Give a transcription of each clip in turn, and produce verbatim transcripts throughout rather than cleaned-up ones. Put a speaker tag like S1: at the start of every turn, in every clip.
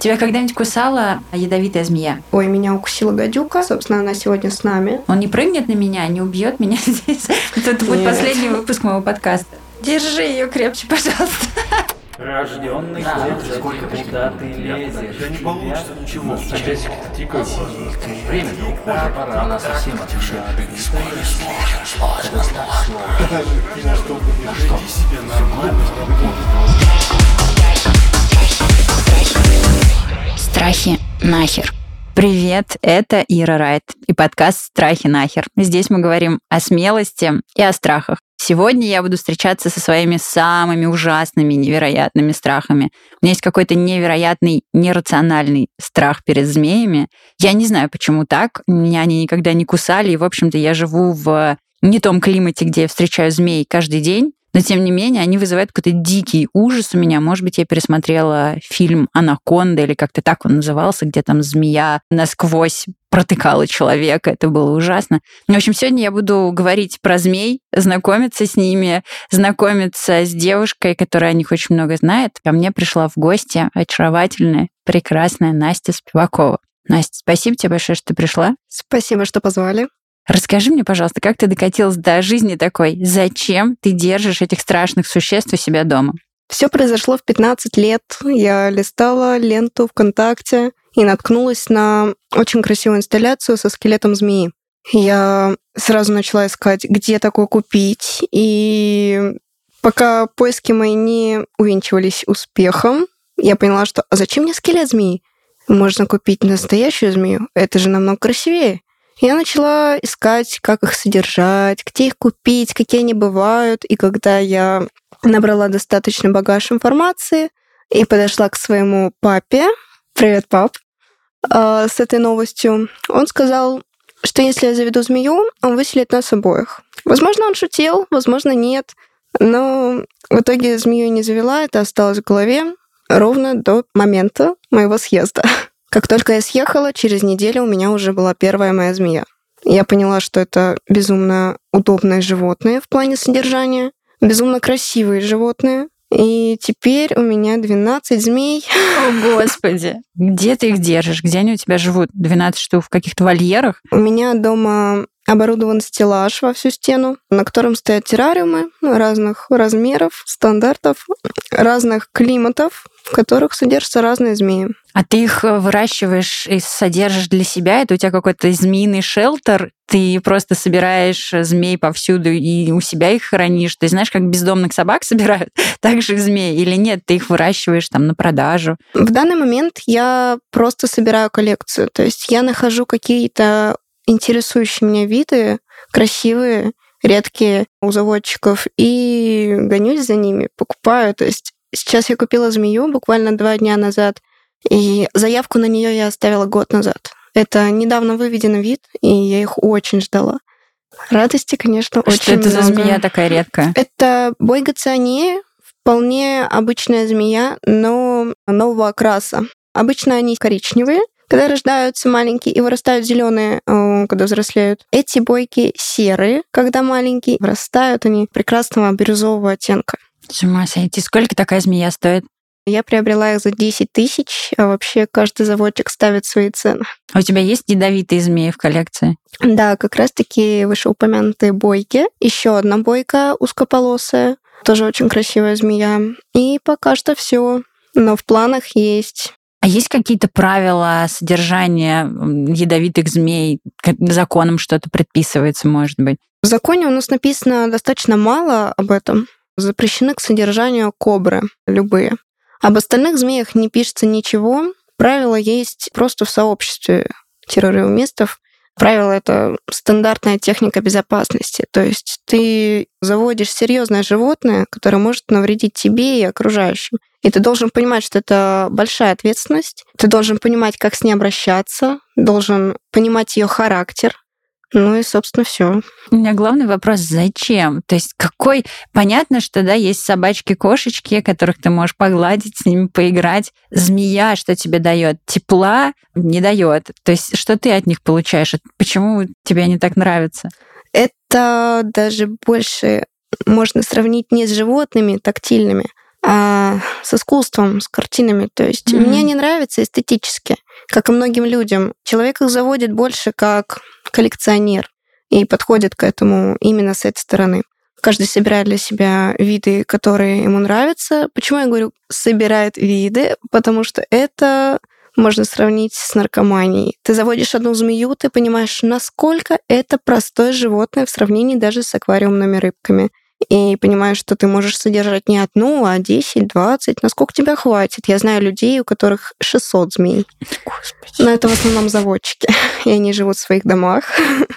S1: Тебя когда-нибудь кусала ядовитая змея?
S2: Ой, меня укусила гадюка. Собственно, она сегодня с нами.
S1: Он не прыгнет на меня, не убьет меня здесь. Это будет
S2: Нет.
S1: последний выпуск моего подкаста. Держи ее крепче, пожалуйста.
S3: Рожденный
S4: Да,
S3: хлеб,
S4: сколько
S3: куда ты лезешь?
S4: Да не получится ничего.
S3: Часики-то тикают.
S4: Время не уходит, пора, она совсем отвечает. Ты не сможешь, сможешь, сможешь, сможешь.
S3: Веди себя нормально.
S1: Страхи нахер. Привет, это Ира Райт и подкаст «Страхи нахер». Здесь мы говорим о смелости и о страхах. Сегодня я буду встречаться со своими самыми ужасными, невероятными страхами. У меня есть какой-то невероятный, нерациональный страх перед змеями. Я не знаю, почему так. Меня они никогда не кусали, и, в общем-то, я живу в не том климате, где я встречаю змей каждый день. Но, тем не менее, они вызывают какой-то дикий ужас у меня. Может быть, я пересмотрела фильм «Анаконда» или как-то так он назывался, где там змея насквозь протыкала человека. Это было ужасно. В общем, сегодня я буду говорить про змей, знакомиться с ними, знакомиться с девушкой, которая о них очень много знает. Ко мне пришла в гости очаровательная, прекрасная Настя Спивакова. Настя, спасибо тебе большое, что ты пришла.
S2: Спасибо, что позвали.
S1: Расскажи мне, пожалуйста, как ты докатилась до жизни такой? Зачем ты держишь этих страшных существ у себя дома?
S2: Все произошло в пятнадцать лет. Я листала ленту ВКонтакте и наткнулась на очень красивую инсталляцию со скелетом змеи. Я сразу начала искать, где такое купить. И пока поиски мои не увенчивались успехом, я поняла, что а зачем мне скелет змеи? Можно купить настоящую змею. Это же намного красивее. Я начала искать, как их содержать, где их купить, какие они бывают. И когда я набрала достаточно багаж информации и подошла к своему папе, привет, пап, с этой новостью, он сказал, что если я заведу змею, он выселит нас обоих. Возможно, он шутил, возможно, нет. Но в итоге змею не завела, это осталось в голове ровно до момента моего съезда. Как только я съехала, через неделю у меня уже была первая моя змея. Я поняла, что это безумно удобные животные в плане содержания, безумно красивые животные. И теперь у меня двенадцать змей.
S1: О, Господи! Где ты их держишь? Где они у тебя живут? двенадцать штук в каких-то вольерах?
S2: У меня дома оборудован стеллаж во всю стену, на котором стоят террариумы разных размеров, стандартов, разных климатов, в которых содержатся разные змеи.
S1: А ты их выращиваешь и содержишь для себя? Это у тебя какой-то змеиный шелтер? Ты просто собираешь змей повсюду и у себя их хранишь? Ты знаешь, как бездомных собак собирают? Так же и змей. Или нет, ты их выращиваешь там на продажу?
S2: В данный момент я просто собираю коллекцию. То есть я нахожу какие-то интересующие меня виды, красивые, редкие у заводчиков, и гонюсь за ними, покупаю. То есть сейчас я купила змею буквально два дня назад, и заявку на нее я оставила год назад. Это недавно выведенный вид, и я их очень ждала. Радости, конечно,
S1: Что
S2: очень
S1: это
S2: много.
S1: за змея такая редкая?
S2: Это бойга цианея, вполне обычная змея, но нового окраса. Обычно они коричневые, когда рождаются маленькие, и вырастают зеленые, когда взрослеют. Эти бойки серые, когда маленькие, вырастают они прекрасного бирюзового оттенка.
S1: С ума сойти. Сколько такая змея стоит?
S2: Я приобрела их за десять тысяч, а вообще каждый заводчик ставит свои цены.
S1: А у тебя есть ядовитые змеи в коллекции?
S2: Да, как раз-таки вышеупомянутые бойки. Еще одна бойка узкополосая, тоже очень красивая змея. И пока что все, но в планах есть.
S1: А есть какие-то правила содержания ядовитых змей? Законом что-то предписывается, может быть?
S2: В законе у нас написано достаточно мало об этом. Запрещены к содержанию кобры любые. Об остальных змеях не пишется ничего. Правила есть просто в сообществе террариумистов. Правило — это стандартная техника безопасности. То есть ты заводишь серьезное животное, которое может навредить тебе и окружающим. И ты должен понимать, что это большая ответственность. Ты должен понимать, как с ней обращаться, должен понимать ее характер. Ну и, собственно, все.
S1: У меня главный вопрос: зачем? То есть какой... Понятно, что, да, есть собачки-кошечки, которых ты можешь погладить, с ними поиграть. Змея что тебе дает? Тепла не дает. То есть что ты от них получаешь? Почему тебе они так нравятся?
S2: Это даже больше можно сравнить не с животными тактильными, а с искусством, с картинами. То есть
S1: Mm-hmm.
S2: мне не нравится эстетически, как и многим людям. Человек их заводит больше как коллекционер и подходит к этому именно с этой стороны. Каждый собирает для себя виды, которые ему нравятся. Почему я говорю «собирает виды»? Потому что это можно сравнить с наркоманией. Ты заводишь одну змею, ты понимаешь, насколько это простое животное в сравнении даже с аквариумными рыбками. И понимаешь, что ты можешь содержать не одну, а десять, двадцать, насколько тебя хватит. Я знаю людей, у которых шестьсот змей.
S1: Господи.
S2: Но это в основном заводчики, и они живут в своих домах.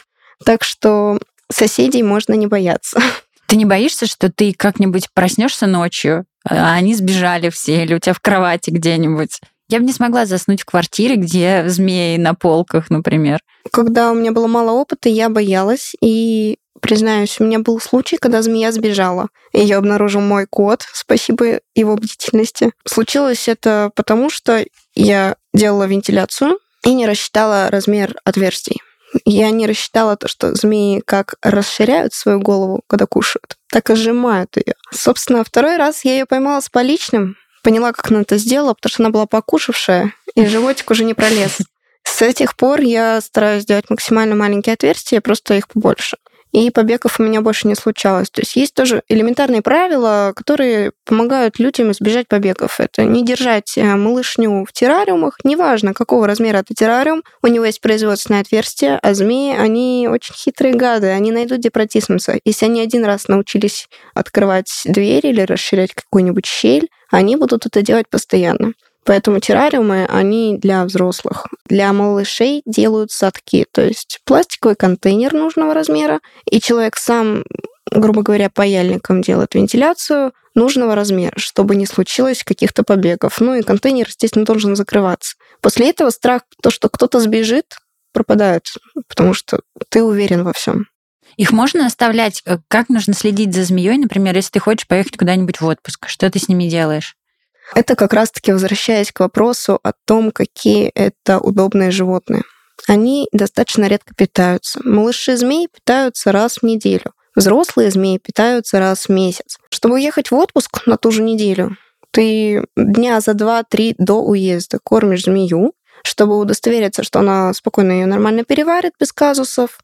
S2: Так что соседей можно не бояться.
S1: Ты не боишься, что ты как-нибудь проснешься ночью, а они сбежали все, или у тебя в кровати где-нибудь? Я бы не смогла заснуть в квартире, где змеи на полках, например.
S2: Когда у меня было мало опыта, я боялась. И, признаюсь, у меня был случай, когда змея сбежала. И я обнаружил мой кот, спасибо его бдительности. Случилось это потому, что я делала вентиляцию и не рассчитала размер отверстий. Я не рассчитала то, что змеи как расширяют свою голову, когда кушают, так и сжимают ее. Собственно, второй раз я ее поймала с поличным, поняла, как она это сделала, потому что она была покушавшая, и животик уже не пролез. С этих пор я стараюсь делать максимально маленькие отверстия, просто их побольше. И побегов у меня больше не случалось. То есть есть тоже элементарные правила, которые помогают людям избежать побегов. Это не держать малышню в террариумах, неважно, какого размера это террариум, у него есть производственное отверстие, а змеи, они очень хитрые гады, они найдут где протиснуться. Если они один раз научились открывать дверь или расширять какую-нибудь щель, они будут это делать постоянно. Поэтому террариумы, они для взрослых. Для малышей делают садки, то есть пластиковый контейнер нужного размера, и человек сам, грубо говоря, паяльником делает вентиляцию нужного размера, чтобы не случилось каких-то побегов. Ну и контейнер, естественно, должен закрываться. После этого страх, то, что кто-то сбежит, пропадает, потому что ты уверен во всем.
S1: Их можно оставлять? Как нужно следить за змеей, например, если ты хочешь поехать куда-нибудь в отпуск? Что ты с ними делаешь?
S2: Это как раз-таки возвращаясь к вопросу о том, какие это удобные животные. Они достаточно редко питаются. Малыши змей питаются раз в неделю. Взрослые змеи питаются раз в месяц. Чтобы уехать в отпуск на ту же неделю, ты дня за два-три до уезда кормишь змею, чтобы удостовериться, что она спокойно ее нормально переварит без казусов,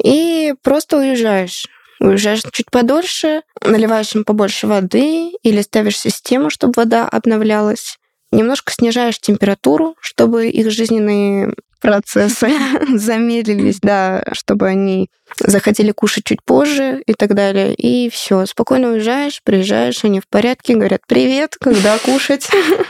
S2: и просто уезжаешь. Уезжаешь чуть подольше, наливаешь им побольше воды или ставишь систему, чтобы вода обновлялась. Немножко снижаешь температуру, чтобы их жизненные процессы замедлились, да, чтобы они захотели кушать чуть позже и так далее. И все, спокойно уезжаешь, приезжаешь, они в порядке, говорят «Привет, когда кушать?»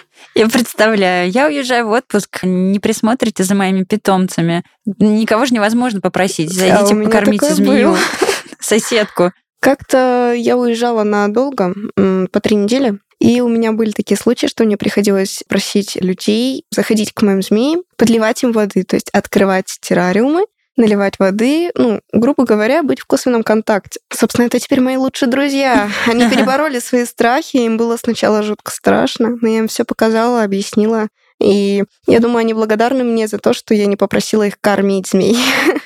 S1: Я представляю, я уезжаю в отпуск, не присмотрите за моими питомцами. Никого же невозможно попросить, зайдите,
S2: а
S1: покормите змею, соседку.
S2: Как-то я уезжала надолго, по три недели, и у меня были такие случаи, что мне приходилось просить людей заходить к моим змеям, подливать им воды, то есть открывать террариумы, наливать воды, ну, грубо говоря, быть в косвенном контакте. Собственно, это теперь мои лучшие друзья. Они перебороли свои страхи, им было сначала жутко страшно, но я им все показала, объяснила. И я думаю, они благодарны мне за то, что я не попросила их кормить змей,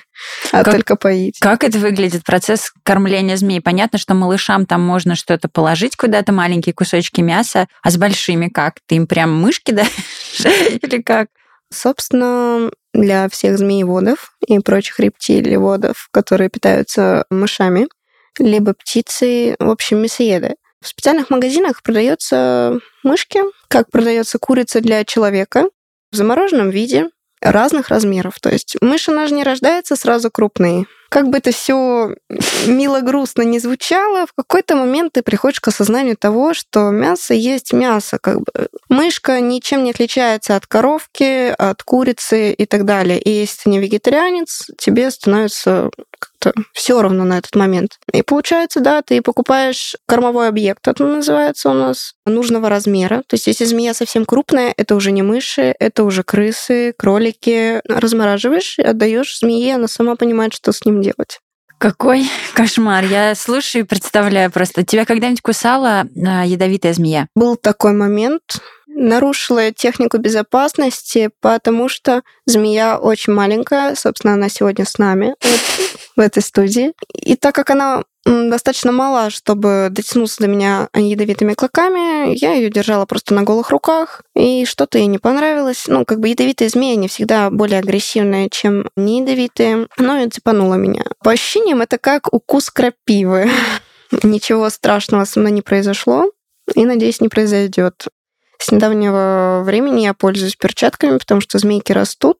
S2: а
S1: как,
S2: только поить.
S1: Как это выглядит, процесс кормления змей? Понятно, что малышам там можно что-то положить куда-то, маленькие кусочки мяса, а с большими как? Ты им прям мышки даешь или как?
S2: Собственно, для всех змееводов и прочих рептилиеводов, которые питаются мышами, либо птицы, в общем, мясоеды. В специальных магазинах продаются мышки, как продается курица для человека, в замороженном виде, разных размеров. То есть мышь, она же не рождается сразу крупной. Как бы это все мило-грустно не звучало, в какой-то момент ты приходишь к осознанию того, что мясо есть мясо. Как бы. Мышка ничем не отличается от коровки, от курицы и так далее. И если ты не вегетарианец, тебе становится как-то все равно на этот момент. И получается, да, ты покупаешь кормовой объект, это называется у нас, нужного размера. То есть если змея совсем крупная, это уже не мыши, это уже крысы, кролики. Размораживаешь и отдаешь змее, она сама понимает, что с ним делать.
S1: Какой кошмар. Я слушаю и представляю просто. Тебя когда-нибудь кусала ядовитая змея?
S2: Был такой момент. Нарушила технику безопасности, потому что змея очень маленькая. Собственно, она сегодня с нами вот, в этой студии. И так как она достаточно мала, чтобы дотянуться до меня ядовитыми клыками, я ее держала просто на голых руках, и что-то ей не понравилось. Ну, как бы ядовитые змеи, они всегда более агрессивные, чем не ядовитые. Но и цепануло меня. По ощущениям, это как укус крапивы. Ничего страшного со мной не произошло, и, надеюсь, не произойдет. С недавнего времени я пользуюсь перчатками, потому что змейки растут.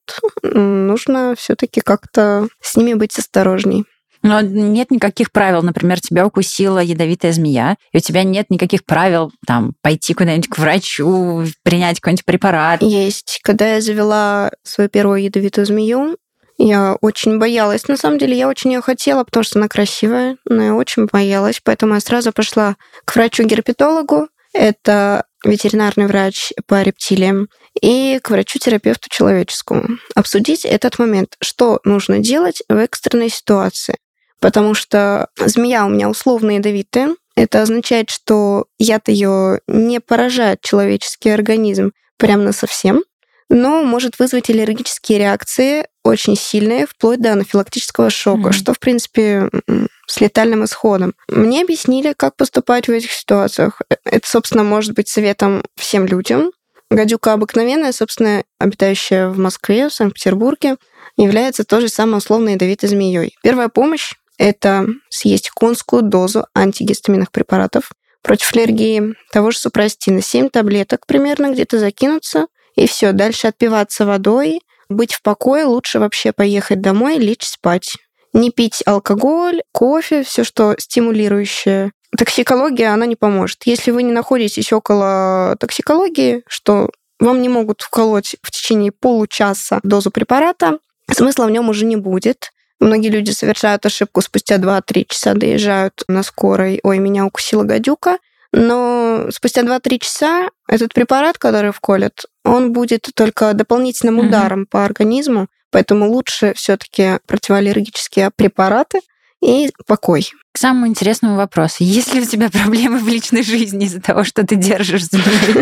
S2: Нужно все-таки как-то с ними быть осторожней.
S1: Но нет никаких правил. Например, тебя укусила ядовитая змея, и у тебя нет никаких правил там пойти куда-нибудь к врачу, принять какой-нибудь препарат.
S2: Есть. Когда я завела свою первую ядовитую змею, я очень боялась. На самом деле, я очень ее хотела, потому что она красивая, но я очень боялась. Поэтому я сразу пошла к врачу-герпетологу. Это ветеринарный врач по рептилиям, и к врачу-терапевту человеческому. Обсудить этот момент, что нужно делать в экстренной ситуации. Потому что змея у меня условно ядовитая. Это означает, что яд ее не поражает человеческий организм прямо насовсем, но может вызвать аллергические реакции очень сильные, вплоть до анафилактического шока, mm-hmm. что, в принципе, с летальным исходом. Мне объяснили, как поступать в этих ситуациях. Это, собственно, может быть советом всем людям. Гадюка обыкновенная, собственно, обитающая в Москве, в Санкт-Петербурге, является той же самой условно ядовитой змеей. Первая помощь — это съесть конскую дозу антигистаминных препаратов против аллергии, того же супрастина. семь таблеток примерно где-то закинуться, и все. Дальше отпиваться водой, быть в покое, лучше вообще поехать домой, лечь спать. Не пить алкоголь, кофе, все, что стимулирующее. Токсикология, она не поможет. Если вы не находитесь около токсикологии, что вам не могут вколоть в течение получаса дозу препарата, смысла в нем уже не будет. Многие люди совершают ошибку, спустя два-три часа доезжают на скорой, ой, меня укусила гадюка. Но спустя два-три часа этот препарат, который вколят, он будет только дополнительным ударом mm-hmm. по организму, поэтому лучше все-таки противоаллергические препараты и покой.
S1: К самому интересному вопросу. Есть ли у тебя проблемы в личной жизни из-за того, что ты держишь змею?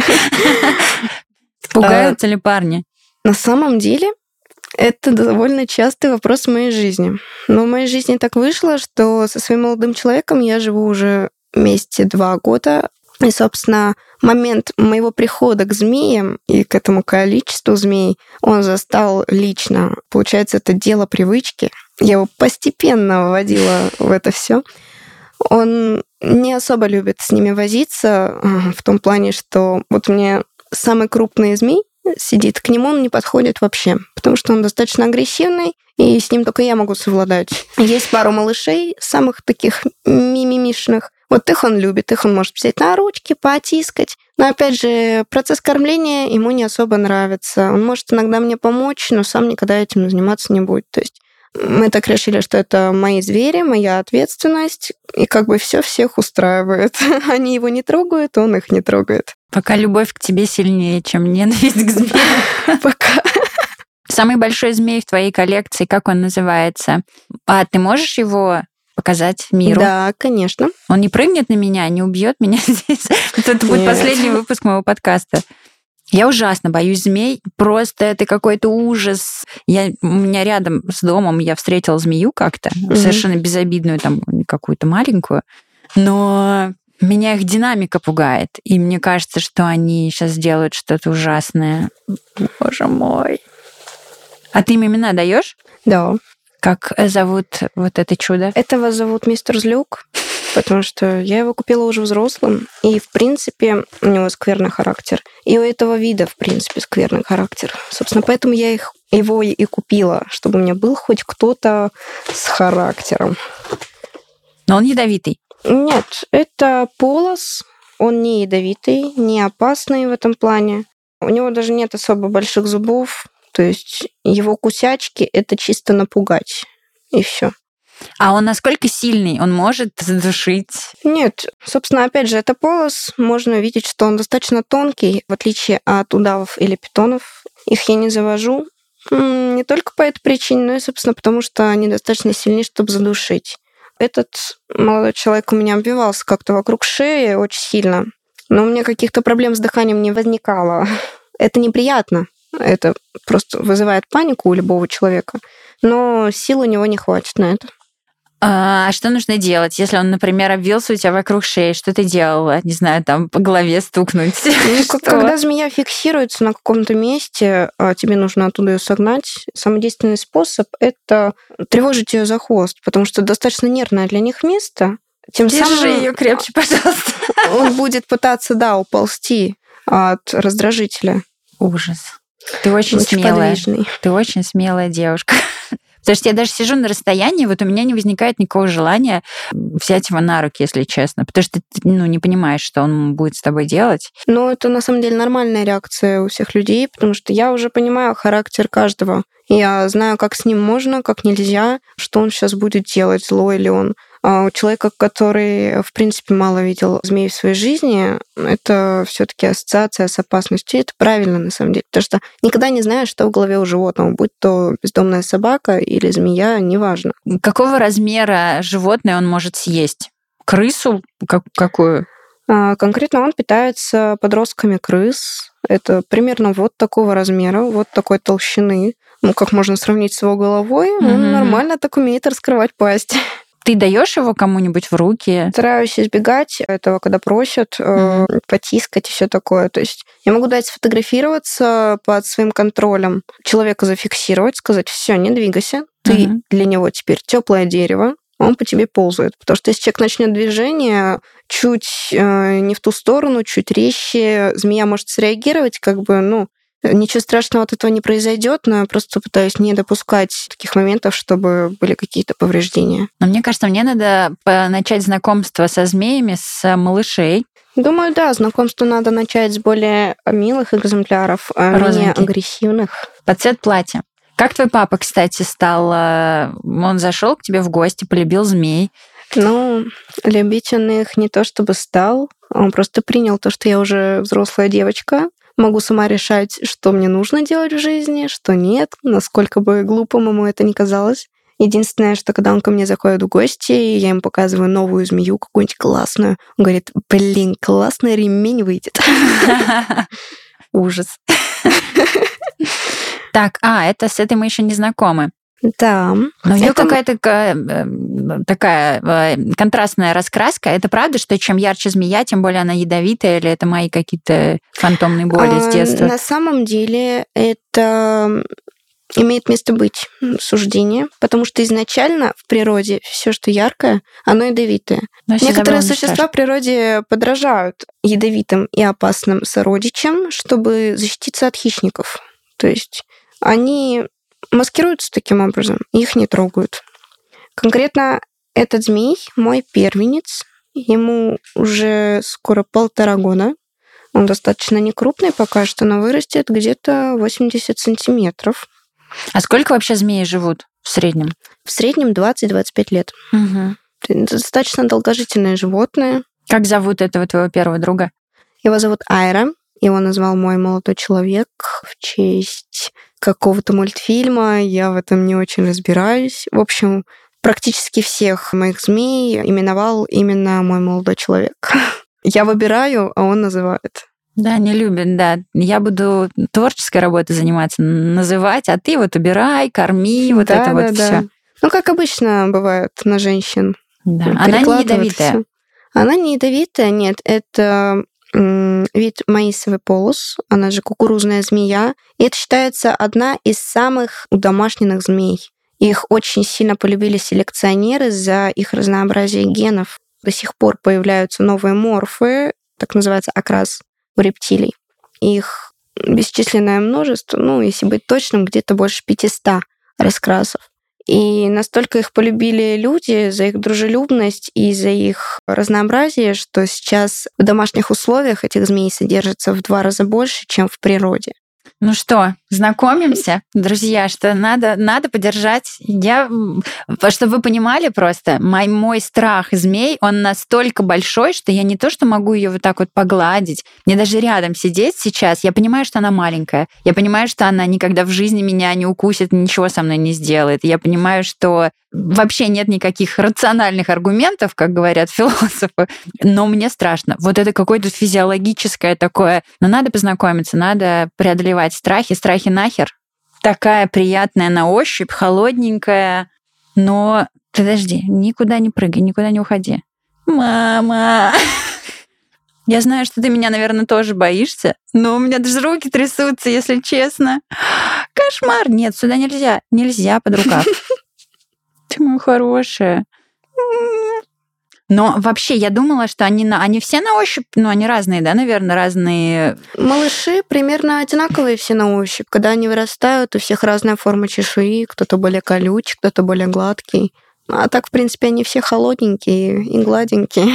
S1: Пугаются ли парни?
S2: На самом деле, это довольно частый вопрос в моей жизни. Но в моей жизни так вышло, что со своим молодым человеком я живу уже вместе два года. И, собственно, момент моего прихода к змеям и к этому количеству змей он застал лично. Получается, это дело привычки. Я его постепенно вводила в это все. Он не особо любит с ними возиться в том плане, что вот у меня самый крупный змей сидит, к нему он не подходит вообще, потому что он достаточно агрессивный, и с ним только я могу совладать. Есть пару малышей, самых таких мимимишных. Вот их он любит, их он может взять на ручки, потискать. Но, опять же, процесс кормления ему не особо нравится. Он может иногда мне помочь, но сам никогда этим заниматься не будет. То есть мы так решили, что это мои звери, моя ответственность, и как бы все всех устраивает. Они его не трогают, он их не трогает.
S1: Пока любовь к тебе сильнее, чем ненависть к змеям.
S2: Пока.
S1: Самый большой змей в твоей коллекции, как он называется? А ты можешь его показать миру?
S2: Да, конечно.
S1: Он не прыгнет на меня, не убьет меня здесь? Это будет последний выпуск моего подкаста. Я ужасно боюсь змей. Просто это какой-то ужас. Я, у меня рядом с домом я встретила змею как-то, mm-hmm. совершенно безобидную, там, какую-то маленькую. Но меня их динамика пугает. И мне кажется, что они сейчас сделают что-то ужасное. Боже мой. А ты им имена даешь?
S2: Да.
S1: Как зовут вот это чудо?
S2: Этого зовут мистер Злюк, потому что я его купила уже взрослым, и, в принципе, у него скверный характер. И у этого вида, в принципе, скверный характер. Собственно, поэтому я их, его и купила, чтобы у меня был хоть кто-то с характером.
S1: Но он ядовитый?
S2: Нет, это полос. Он не ядовитый, не опасный в этом плане. У него даже нет особо больших зубов. То есть его кусячки — это чисто напугать, и все.
S1: А он насколько сильный? Он может задушить?
S2: Нет. Собственно, опять же, это полос. Можно видеть, что он достаточно тонкий, в отличие от удавов или питонов. Их я не завожу. Не только по этой причине, но и, собственно, потому что они достаточно сильны, чтобы задушить. Этот молодой человек у меня обвивался как-то вокруг шеи очень сильно. Но у меня каких-то проблем с дыханием не возникало. Это неприятно. Это просто вызывает панику у любого человека. Но сил у него не хватит на это.
S1: А что нужно делать, если он, например, обвился у тебя вокруг шеи? Что ты делала? Не знаю, там по голове стукнуть?
S2: Ну, когда змея фиксируется на каком-то месте, тебе нужно оттуда ее согнать. Самый действенный способ — это тревожить ее за хвост, потому что достаточно нервное для них место. Тем
S1: Держи
S2: самым
S1: ее крепче, пожалуйста.
S2: Он будет пытаться, да, уползти от раздражителя.
S1: Ужас. Ты очень, очень смелая. Подвижный. Ты очень смелая девушка. Потому что я даже сижу на расстоянии, вот у меня не возникает никакого желания взять его на руки, если честно. Потому что ты ну, не понимаешь, что он будет с тобой делать.
S2: Ну, это на самом деле нормальная реакция у всех людей, потому что я уже понимаю характер каждого. Я знаю, как с ним можно, как нельзя, что он сейчас будет делать, злой ли он. А у человека, который, в принципе, мало видел змей в своей жизни, это все-таки ассоциация с опасностью. И это правильно, на самом деле, потому что никогда не знаешь, что в голове у животного, будь то бездомная собака или змея, неважно.
S1: Какого размера животное он может съесть? Крысу? Как, какую?
S2: А, конкретно он питается подростками крыс. Это примерно вот такого размера, вот такой толщины. Ну, как можно сравнить с его головой, mm-hmm. он нормально так умеет раскрывать пасть.
S1: Ты даешь его кому-нибудь в руки?
S2: Стараюсь избегать этого, когда просят, mm-hmm. э, потискать и все такое. То есть я могу дать сфотографироваться под своим контролем, человека зафиксировать, сказать: все, не двигайся, ты mm-hmm. для него теперь теплое дерево, он по тебе ползает. Потому что если человек начнет движение чуть э, не в ту сторону, чуть резче, змея может среагировать, как бы, ну, ничего страшного от этого не произойдет, но я просто пытаюсь не допускать таких моментов, чтобы были какие-то повреждения.
S1: Но мне кажется, мне надо начать знакомство со змеями с малышей.
S2: Думаю, да, знакомство надо начать с более милых экземпляров, менее агрессивных.
S1: Под цвет платья. Как твой папа, кстати, стал... Он зашел к тебе в гости, полюбил змей.
S2: Ну, любить он их не то чтобы стал, он просто принял то, что я уже взрослая девочка, могу сама решать, что мне нужно делать в жизни, что нет, насколько бы глупым ему это ни казалось. Единственное, что когда он ко мне заходит в гости, я ему показываю новую змею, какую-нибудь классную, он говорит: блин, классный ремень выйдет.
S1: Ужас. Так, а, это с этой мы еще не знакомы.
S2: Да.
S1: Но у нее какая-то такая контрастная раскраска. Это правда, что чем ярче змея, тем более она ядовитая, или это мои какие-то фантомные боли с детства?
S2: На самом деле это имеет место быть суждение, потому что изначально в природе все, что яркое, оно ядовитое. Некоторые существа в природе подражают ядовитым и опасным сородичам, чтобы защититься от хищников. То есть они маскируются таким образом, их не трогают. Конкретно этот змей мой первенец. Ему уже скоро полтора года. Он достаточно некрупный пока что, но вырастет где-то восемьдесят сантиметров.
S1: А сколько вообще змеи живут в среднем?
S2: В среднем двадцать-двадцать пять лет.
S1: Угу.
S2: Достаточно долгожительное животное.
S1: Как зовут этого твоего первого друга?
S2: Его зовут Айра. Его назвал мой молодой человек в честь какого-то мультфильма. Я в этом не очень разбираюсь. В общем, практически всех моих змей именовал именно мой молодой человек. Я выбираю, а он называет.
S1: Да, не любит, да. Я буду творческой работой заниматься, называть, а ты вот убирай, корми, вот
S2: да,
S1: это
S2: да,
S1: вот
S2: да.
S1: все.
S2: Ну, как обычно бывает на женщин.
S1: Да. Она не ядовитая.
S2: Всё. Она не ядовитая, нет. Это вид маисовый полос, она же кукурузная змея. И это считается одна из самых удомашненных змей. Их очень сильно полюбили селекционеры за их разнообразие генов. До сих пор появляются новые морфы, так называется окрас у рептилий. Их бесчисленное множество, ну, если быть точным, где-то больше пятисот раскрасов. И настолько их полюбили люди за их дружелюбность и за их разнообразие, что сейчас в домашних условиях этих змей содержится в два раза больше, чем в природе.
S1: Ну что, Знакомимся, друзья, что надо, надо поддержать. Я, чтобы вы понимали просто, мой, мой страх змей, он настолько большой, что я не то, что могу ее вот так вот погладить, мне даже рядом сидеть сейчас, я понимаю, что она маленькая, я понимаю, что она никогда в жизни меня не укусит, ничего со мной не сделает. Я понимаю, что вообще нет никаких рациональных аргументов, как говорят философы, но мне страшно. Вот это какое-то физиологическое такое, но надо познакомиться, надо преодолевать страхи, страхи нахер. Такая приятная на ощупь, холодненькая, но подожди, никуда не прыгай, никуда не уходи. Мама! Я знаю, что ты меня, наверное, тоже боишься, но у меня даже руки трясутся, если честно. Кошмар! Нет, сюда нельзя. Нельзя под рукав. Ты моя хорошая. Но вообще, я думала, что они, на, они все на ощупь, ну, они разные, да, наверное, разные.
S2: Малыши примерно одинаковые все на ощупь. Когда они вырастают, у всех разная форма чешуи, кто-то более колючий, кто-то более гладкий. А так, в принципе, они все холодненькие и гладенькие.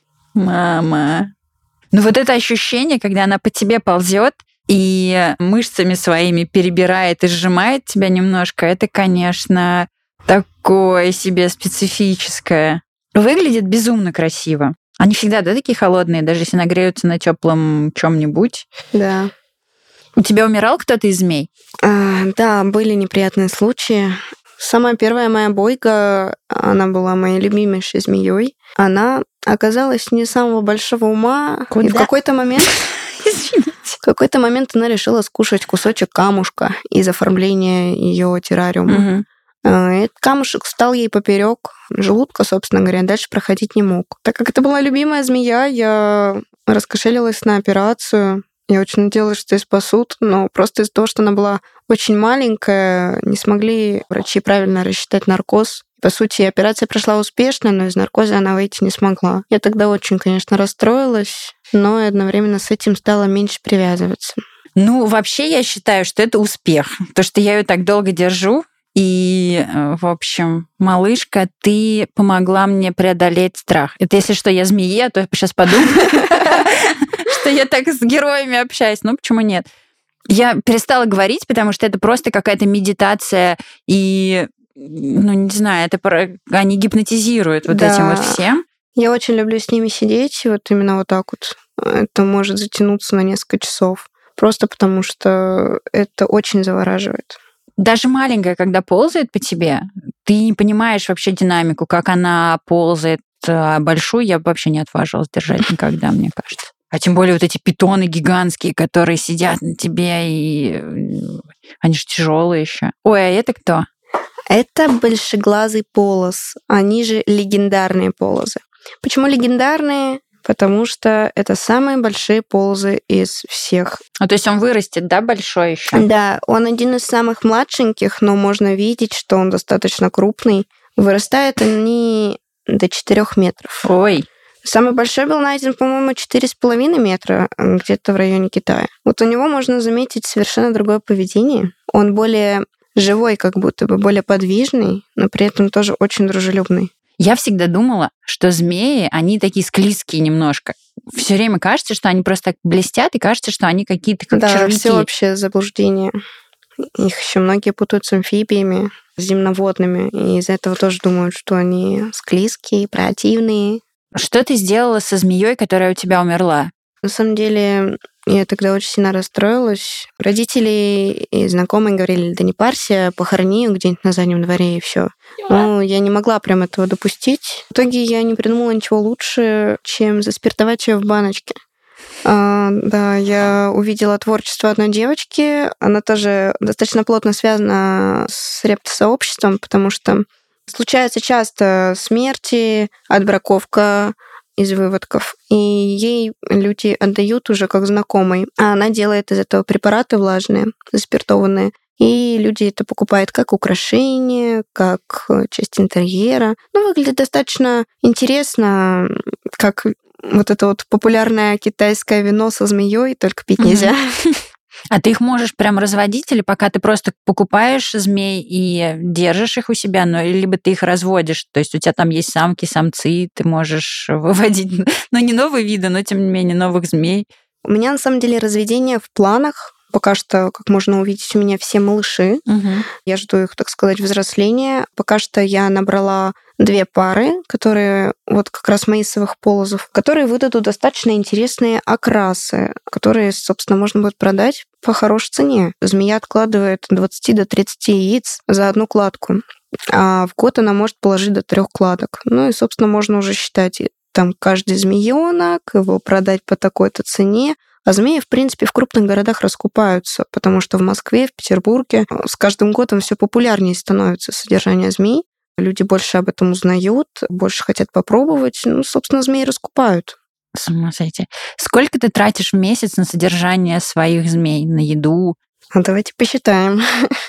S1: Мама. Ну, вот это ощущение, когда она по тебе ползет и мышцами своими перебирает и сжимает тебя немножко, это, конечно, такое себе специфическое. Выглядит безумно красиво. Они всегда, да, такие холодные, даже если нагреются на теплом чем-нибудь.
S2: Да.
S1: У тебя умирал кто-то из змей?
S2: А, да, были неприятные случаи. Самая первая моя бойка, она была моей любимейшей змеей. Она оказалась не самого большого ума.
S1: Куда?
S2: И в какой-то момент...
S1: Извините.
S2: В какой-то момент она решила скушать кусочек камушка из оформления ее террариума.
S1: Угу.
S2: Этот камушек встал ей поперек желудка, собственно говоря, дальше проходить не мог. Так как это была любимая змея, я раскошелилась на операцию. Я очень надеялась, что ее спасут, но просто из-за того, что она была очень маленькая, не смогли врачи правильно рассчитать наркоз. По сути, операция прошла успешно, но из наркоза она выйти не смогла. Я тогда очень, конечно, расстроилась, но и одновременно с этим стала меньше привязываться.
S1: Ну, вообще, я считаю, что это успех. То, что я ее так долго держу, и, в общем, малышка, ты помогла мне преодолеть страх. Это если что, я змея, а то сейчас подумаю, что я так с героями общаюсь. Ну, почему нет? Я перестала говорить, потому что это просто какая-то медитация, и, ну, не знаю, это они гипнотизируют вот этим вот всем.
S2: Я очень люблю с ними сидеть, вот именно вот так вот. Это может затянуться на несколько часов, просто потому что это очень завораживает.
S1: Даже маленькая, когда ползает по тебе, ты не понимаешь вообще динамику, как она ползает. А большую я бы вообще не отважилась держать никогда, мне кажется. А тем более вот эти питоны гигантские, которые сидят на тебе, и они же тяжелые еще. Ой, а это кто?
S2: Это большеглазый полоз. Они же легендарные полозы. Почему легендарные? Потому что это самые большие полозы из всех.
S1: А то есть он вырастет, да, большой еще?
S2: Да, он один из самых младшеньких, но можно видеть, что он достаточно крупный. Вырастают они до четырёх метров.
S1: Ой.
S2: Самый большой был найден, по-моему, четыре с половиной метра где-то в районе Китая. Вот у него можно заметить совершенно другое поведение. Он более живой, как будто бы, более подвижный, но при этом тоже очень дружелюбный.
S1: Я всегда думала, что змеи, они такие склизкие немножко. Все время кажется, что они просто так блестят, и кажется, что они какие-то как
S2: да,
S1: червяки.
S2: Да, все вообще заблуждение. Их еще многие путают с амфибиями, с земноводными, и из-за этого тоже думают, что они склизкие, противные.
S1: Что ты сделала со змеей, которая у тебя умерла?
S2: На самом деле, я тогда очень сильно расстроилась. Родители и знакомые говорили: да не парься, похорони ее где-нибудь на заднем дворе, и все. Но я не могла прям этого допустить. В итоге я не придумала ничего лучше, чем заспиртовать ее в баночке. А, да, я увидела творчество одной девочки. Она тоже достаточно плотно связана с рептосообществом, потому что случается часто смерти, отбраковка из выводков, и ей люди отдают уже как знакомой. А она делает из этого препараты влажные, заспиртованные, и люди это покупают как украшение, как часть интерьера. Ну, выглядит достаточно интересно, как вот это вот популярное китайское вино со змеей, только пить нельзя.
S1: А ты их можешь прям разводить, или пока ты просто покупаешь змей и держишь их у себя, но либо ты их разводишь, то есть у тебя там есть самки, самцы, ты можешь выводить, ну, не новые виды, но тем не менее новых змей.
S2: У меня, на самом деле, разведение в планах, Пока что, как можно увидеть, у меня все малыши.
S1: Угу.
S2: Я жду их, так сказать, взросления. Пока что я набрала две пары, которые вот как раз маисовых полозов, которые выдадут достаточно интересные окрасы, которые, собственно, можно будет продать по хорошей цене. Змея откладывает двадцать до тридцати яиц за одну кладку, а в год она может положить до трех кладок. Ну и, собственно, можно уже считать там каждый змеёнок, его продать по такой-то цене. А змеи, в принципе, в крупных городах раскупаются, потому что в Москве, в Петербурге с каждым годом все популярнее становится содержание змей. Люди больше об этом узнают, больше хотят попробовать. Ну, собственно, змеи раскупают.
S1: С ума сойти. Сколько ты тратишь в месяц на содержание своих змей, на еду?
S2: А давайте посчитаем.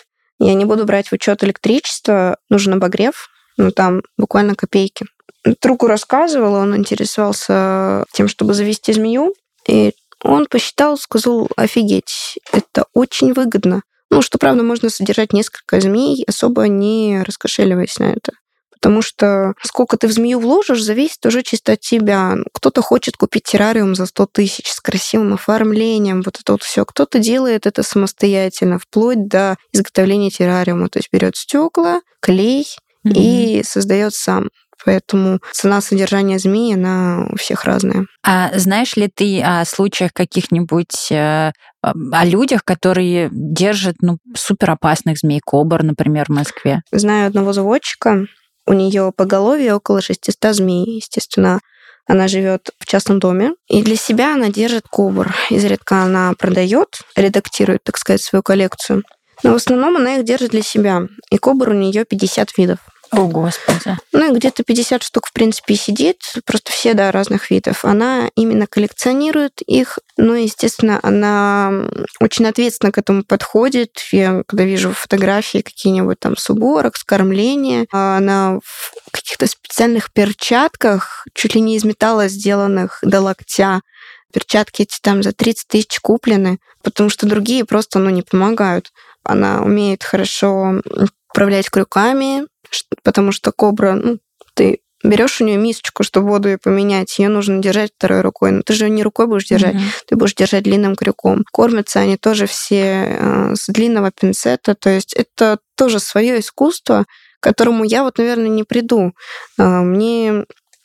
S2: Я не буду брать в учет электричество, нужен обогрев, ну там буквально копейки. Другу рассказывала, он интересовался тем, чтобы завести змею, и он посчитал, сказал, офигеть, это очень выгодно. Ну, что, правда, можно содержать несколько змей, особо не раскошеливаясь на это. Потому что сколько ты в змею вложишь, зависит уже чисто от тебя. Кто-то хочет купить террариум за сто тысяч с красивым оформлением, вот это вот все. Кто-то делает это самостоятельно, вплоть до изготовления террариума. То есть берет стекла, клей mm-hmm. и создает сам. Поэтому цена содержания змеи, она у всех разная.
S1: А знаешь ли ты о случаях каких-нибудь, э, о людях, которые держат ну, суперопасных змей, кобр, например, в Москве?
S2: Знаю одного заводчика, у нее поголовье около шестисот змей. Естественно, она живет в частном доме, и для себя она держит кобр. Изредка она продает, редактирует, так сказать, свою коллекцию. Но в основном она их держит для себя. И кобр у нее пятьдесят видов.
S1: О, Господи.
S2: Ну и где-то пятьдесят штук, в принципе, сидит, просто все, да, разных видов. Она именно коллекционирует их, ну, естественно, она очень ответственно к этому подходит. Я, когда вижу фотографии какие-нибудь там с уборок, с кормления, она в каких-то специальных перчатках, чуть ли не из металла сделанных до локтя. Перчатки эти там за тридцать тысяч куплены, потому что другие просто, ну, не помогают. Она умеет хорошо управлять крюками, потому что кобра, ну, ты берешь у нее мисочку, чтобы воду ее поменять, ее нужно держать второй рукой. Но ты же не рукой будешь держать, mm-hmm. ты будешь держать длинным крюком. Кормятся они тоже все э, с длинного пинцета, то есть это тоже свое искусство, к которому я вот, наверное, не приду. Э, мне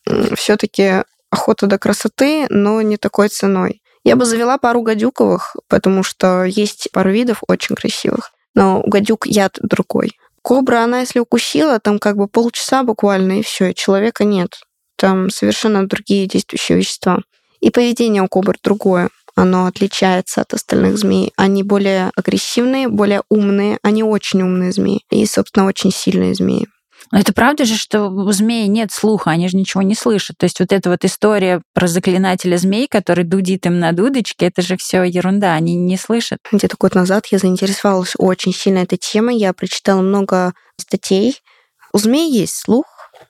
S2: все-таки охота до красоты, но не такой ценой. Я бы завела пару гадюковых, потому что есть пару видов очень красивых, но у гадюк яд другой. Кобра, она, если укусила, там как бы полчаса буквально, и все, и человека нет. Там совершенно другие действующие вещества. И поведение у кобр другое. Оно отличается от остальных змей. Они более агрессивные, более умные. Они очень умные змеи. И, собственно, очень сильные змеи.
S1: Но это правда же, что у змей нет слуха, они же ничего не слышат. То есть вот эта вот история про заклинателя змей, который дудит им на дудочке, это же все ерунда, они не слышат.
S2: Где-то год назад я заинтересовалась очень сильно этой темой, я прочитала много статей. У змей есть слух,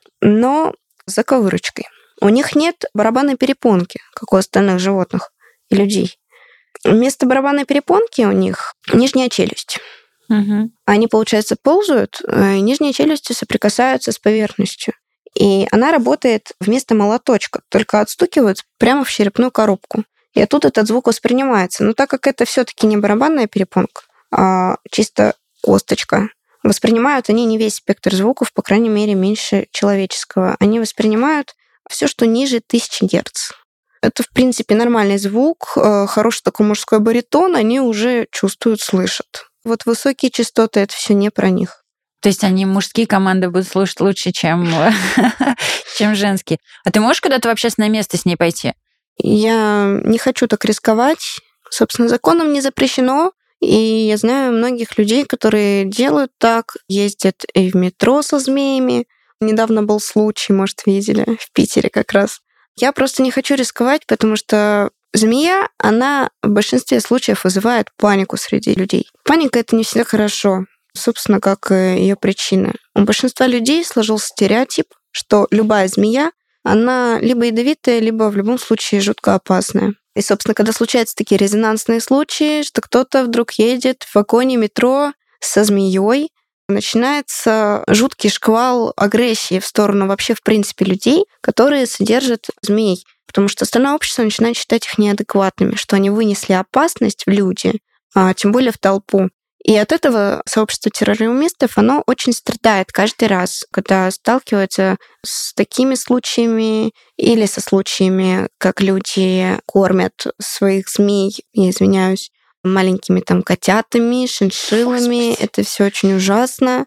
S2: но с заковырочкой. У них нет барабанной перепонки, как у остальных животных и людей. Вместо барабанной перепонки у них нижняя челюсть.
S1: Угу.
S2: Они, получается, ползают, и нижние челюсти соприкасаются с поверхностью. И она работает вместо молоточка, только отстукивает прямо в черепную коробку. И оттуда этот звук воспринимается. Но так как это все-таки не барабанная перепонка, а чисто косточка, воспринимают они не весь спектр звуков, по крайней мере, меньше человеческого. Они воспринимают все, что ниже тысячи герц. Это, в принципе, нормальный звук, хороший такой мужской баритон, они уже чувствуют, слышат. Вот высокие частоты — это все не про них.
S1: То есть они мужские команды будут слушать лучше, чем, чем женские. А ты можешь куда-то в общественное место с ней пойти?
S2: Я не хочу так рисковать. Собственно, законом не запрещено. И я знаю многих людей, которые делают так, ездят и в метро со змеями. Недавно был случай, может, видели, в Питере как раз. Я просто не хочу рисковать, потому что змея, она в большинстве случаев вызывает панику среди людей. Паника — это не всегда хорошо, собственно, как ее причина. У большинства людей сложился стереотип, что любая змея, она либо ядовитая, либо в любом случае жутко опасная. И, собственно, когда случаются такие резонансные случаи, что кто-то вдруг едет в вагоне метро со змеей, начинается жуткий шквал агрессии в сторону вообще, в принципе, людей, которые содержат змей. Потому что остальное общество начинает считать их неадекватными, что они вынесли опасность в люди, а тем более в толпу. И от этого сообщество террористов, оно очень страдает каждый раз, когда сталкивается с такими случаями или со случаями, как люди кормят своих змей, я извиняюсь, маленькими там котятами, шиншиллами. Господи. Это все очень ужасно.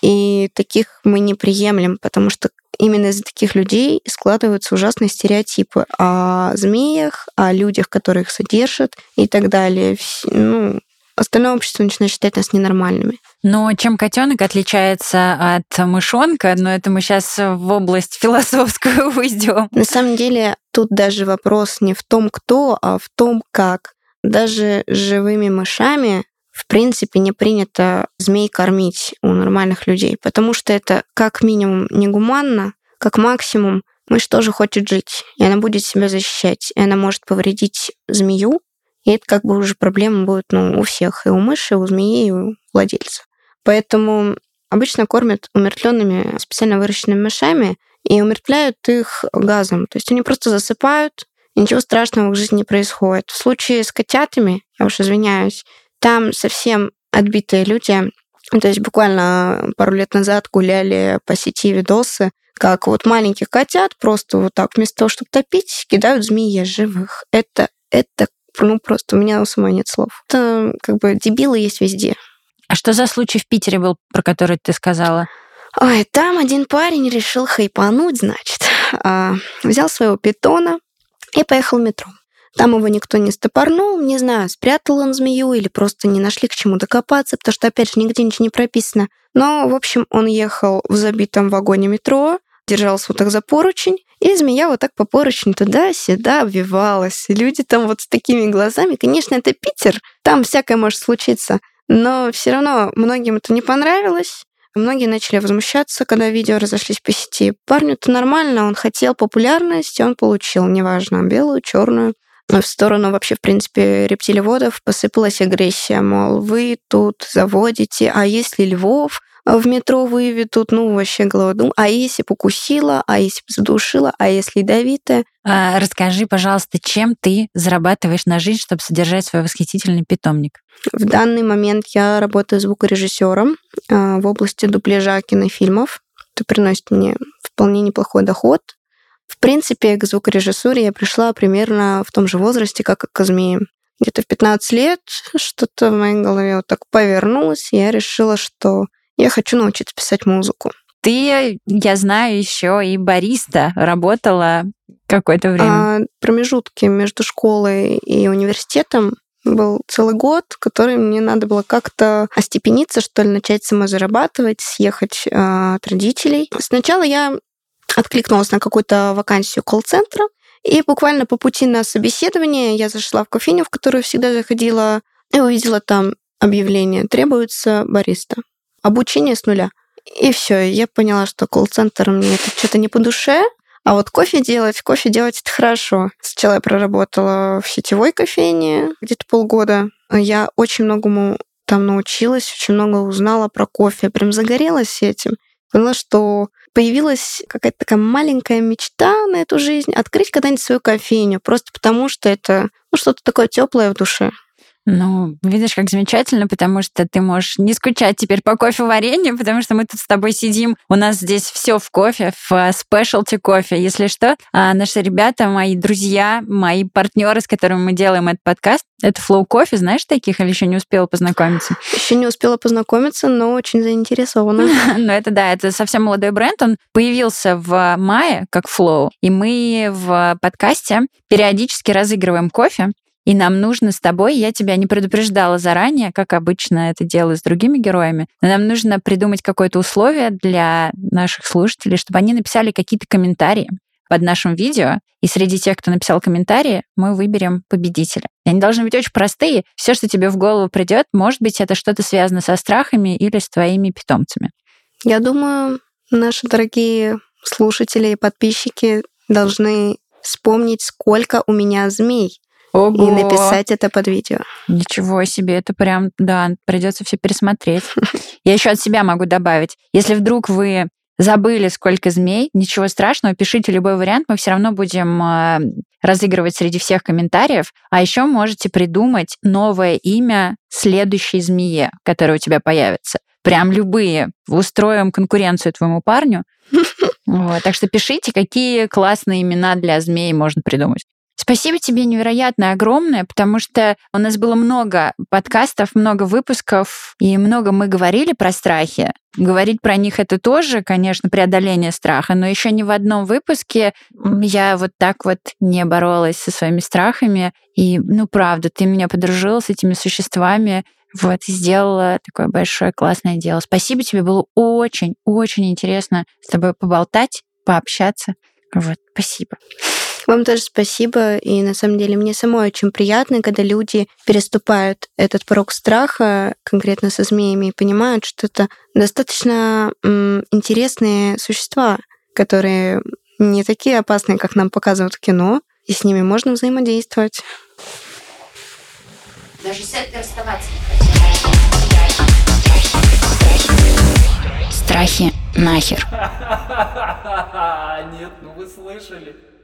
S2: И таких мы не приемлем, потому что именно из-за таких людей складываются ужасные стереотипы о змеях, о людях, которые их содержат и так далее. Ну, остальное общество начинает считать нас ненормальными.
S1: Но чем котенок отличается от мышонка, но это мы сейчас в область философскую уйдем.
S2: На самом деле тут даже вопрос не в том, кто, а в том, как. Даже живыми мышами, в принципе, не принято змей кормить у нормальных людей, потому что это как минимум негуманно, как максимум мышь тоже хочет жить, и она будет себя защищать, и она может повредить змею, и это как бы уже проблема будет ну, у всех, и у мыши, и у змеи, и у владельца. Поэтому обычно кормят умертвленными специально выращенными мышами и умертвляют их газом. То есть они просто засыпают, и ничего страшного в жизни не происходит. В случае с котятами, я уж извиняюсь, там совсем отбитые люди, то есть буквально пару лет назад гуляли по сети видосы, как вот маленьких котят просто вот так вместо того, чтобы топить, кидают змеи живых. Это, это ну просто у меня у самой нет слов. Это как бы дебилы есть везде.
S1: А что за случай в Питере был, про который ты сказала?
S2: Ой, там один парень решил хайпануть, значит. Взял своего питона и поехал в метро. Там его никто не стопорнул, не знаю, спрятал он змею или просто не нашли к чему докопаться, потому что, опять же, нигде ничего не прописано. Но, в общем, он ехал в забитом вагоне метро, держался вот так за поручень, и змея вот так по поручню туда-сюда обвивалась. И люди там вот с такими глазами. Конечно, это Питер, там всякое может случиться, но все равно многим это не понравилось. Многие начали возмущаться, когда видео разошлись по сети. Парню-то нормально, он хотел популярность, и он получил, неважно, белую, черную. В сторону вообще, в принципе, рептилеводов посыпалась агрессия, мол, вы тут заводите, а если львов в метро выведут, ну, вообще голодум, а если покусила, а если задушила, а если ядовитая.
S1: А, расскажи, пожалуйста, чем ты зарабатываешь на жизнь, чтобы содержать свой восхитительный питомник?
S2: В данный момент я работаю звукорежиссером в области дубляжа кинофильмов. Это приносит мне вполне неплохой доход. В принципе, к звукорежиссуре я пришла примерно в том же возрасте, как и к змеям. Где-то в пятнадцать лет что-то в моей голове вот так повернулось, и я решила, что я хочу научиться писать музыку.
S1: Ты, я знаю, еще и бариста работала какое-то время.
S2: А промежутки между школой и университетом был целый год, который мне надо было как-то остепениться, что ли, начать самозарабатывать, съехать э, от родителей. Сначала я откликнулась на какую-то вакансию колл-центра, и буквально по пути на собеседование я зашла в кофейню, в которую всегда заходила, и увидела там объявление «Требуется бариста». Обучение с нуля. И все, я поняла, что колл-центр мне это что-то не по душе, а вот кофе делать, кофе делать это хорошо. Сначала я проработала в сетевой кофейне где-то полгода. Я очень многому там научилась, очень много узнала про кофе. Я прям загорелась этим. Поняла, что появилась какая-то такая маленькая мечта на эту жизнь открыть когда-нибудь свою кофейню, просто потому что это ну, что-то такое теплое в душе.
S1: Ну, видишь, как замечательно, потому что ты можешь не скучать теперь по кофеварению, потому что мы тут с тобой сидим, у нас здесь все в кофе, в спешлти кофе. Если что, наши ребята, мои друзья, мои партнеры, с которыми мы делаем этот подкаст, это Flow Coffee, знаешь таких, или еще не успела познакомиться?
S2: Еще не успела познакомиться, но очень заинтересована.
S1: Ну, это да, это совсем молодой бренд, он появился в мае, как Flow, и мы в подкасте периодически разыгрываем кофе. И нам нужно с тобой, я тебя не предупреждала заранее, как обычно это делаю с другими героями, но нам нужно придумать какое-то условие для наших слушателей, чтобы они написали какие-то комментарии под нашим видео, и среди тех, кто написал комментарии, мы выберем победителя. И они должны быть очень простые. Все, что тебе в голову придет, может быть, это что-то связано со страхами или с твоими питомцами.
S2: Я думаю, наши дорогие слушатели и подписчики должны вспомнить, сколько у меня змей.
S1: Ого.
S2: И написать это под видео.
S1: Ничего себе, это прям, да, придется все пересмотреть. Я еще от себя могу добавить. Если вдруг вы забыли, сколько змей, ничего страшного, пишите любой вариант, мы все равно будем разыгрывать среди всех комментариев, а еще можете придумать новое имя следующей змее, которая у тебя появится. Прям любые. Устроим конкуренцию твоему парню. Вот. Так что пишите, какие классные имена для змей можно придумать. Спасибо тебе невероятно огромное, потому что у нас было много подкастов, много выпусков, и много мы говорили про страхи. Говорить про них — это тоже, конечно, преодоление страха, но еще ни в одном выпуске я вот так вот не боролась со своими страхами. И, ну, правда, ты меня подружила с этими существами, вот, и сделала такое большое классное дело. Спасибо тебе, было очень-очень интересно с тобой поболтать, пообщаться. Вот, спасибо.
S2: Вам тоже спасибо. И на самом деле мне самой очень приятно, когда люди переступают этот порог страха, конкретно со змеями, и понимают, что это достаточно м, интересные существа, которые не такие опасные, как нам показывают в кино, и с ними можно взаимодействовать.
S1: Даже с этой расставаться не хотела. Страхи нахер.
S3: Нет, ну вы слышали.